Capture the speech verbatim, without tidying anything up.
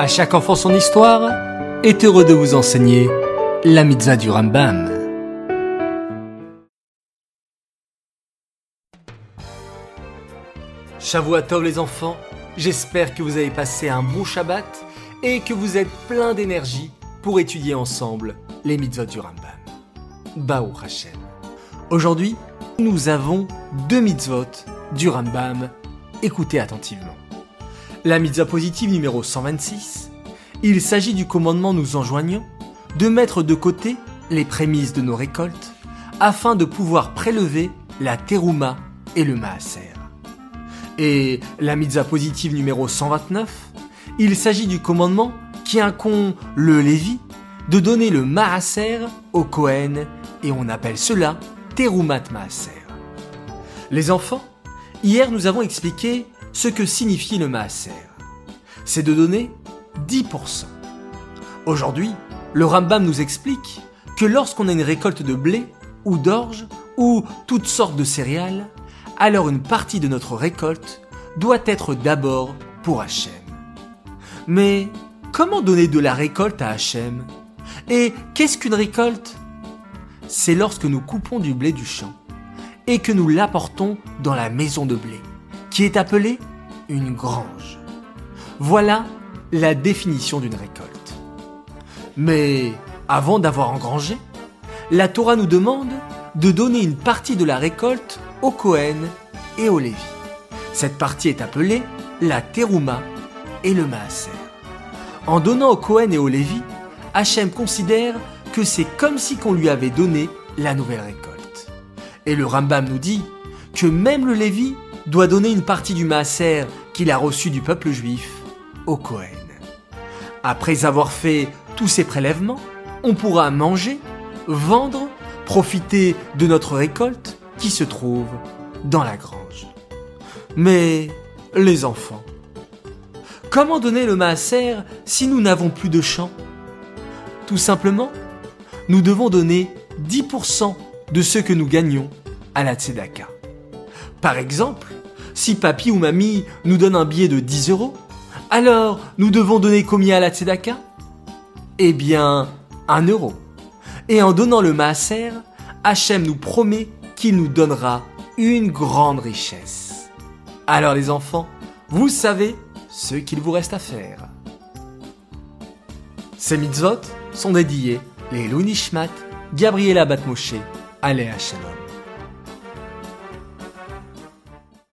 À chaque enfant son histoire est heureux de vous enseigner la mitzvah du Rambam. Shavua Tov les enfants, j'espère que vous avez passé un bon Shabbat et que vous êtes plein d'énergie pour étudier ensemble les mitzvot du Rambam. Baruch Hashem. Aujourd'hui, nous avons deux mitzvot du Rambam. Écoutez attentivement. La mitzvah positive numéro cent vingt-six, il s'agit du commandement nous enjoignant de mettre de côté les prémices de nos récoltes afin de pouvoir prélever la terouma et le maaser. Et la mitzvah positive numéro cent vingt-neuf, il s'agit du commandement qui incombe le Lévi de donner le maaser au Kohen et on appelle cela teroumat maaser. Les enfants, hier nous avons expliqué ce que signifie le maaser. C'est de donner dix pour cent. Aujourd'hui, le Rambam nous explique que lorsqu'on a une récolte de blé ou d'orge ou toutes sortes de céréales, alors une partie de notre récolte doit être d'abord pour Hachem. Mais comment donner de la récolte à Hachem ? Et qu'est-ce qu'une récolte ? C'est lorsque nous coupons du blé du champ et que nous l'apportons dans la maison de blé, qui est appelée une grange. Voilà la définition d'une récolte. Mais avant d'avoir engrangé, la Torah nous demande de donner une partie de la récolte au Kohen et au Lévi. Cette partie est appelée la terouma et le maaser. En donnant au Kohen et au Lévi, Hachem considère que c'est comme si qu'on lui avait donné la nouvelle récolte. Et le Rambam nous dit que même le Lévi doit donner une partie du maaser qu'il a reçu du peuple juif au Kohen. Après avoir fait tous ces prélèvements, on pourra manger, vendre, profiter de notre récolte qui se trouve dans la grange. Mais les enfants, comment donner le maaser si nous n'avons plus de champ ? Tout simplement, nous devons donner dix pour cent de ce que nous gagnons à la tzedaka. Par exemple, si papy ou mamie nous donne un billet de dix euros, alors nous devons donner combien à la tzedaka ? Eh bien, un euro. Et en donnant le maaser, Hachem nous promet qu'il nous donnera une grande richesse. Alors les enfants, vous savez ce qu'il vous reste à faire. Ces mitzvot sont dédiés les Ilui Nishmat, Gabriela Bat Moshe, Alea Shalom.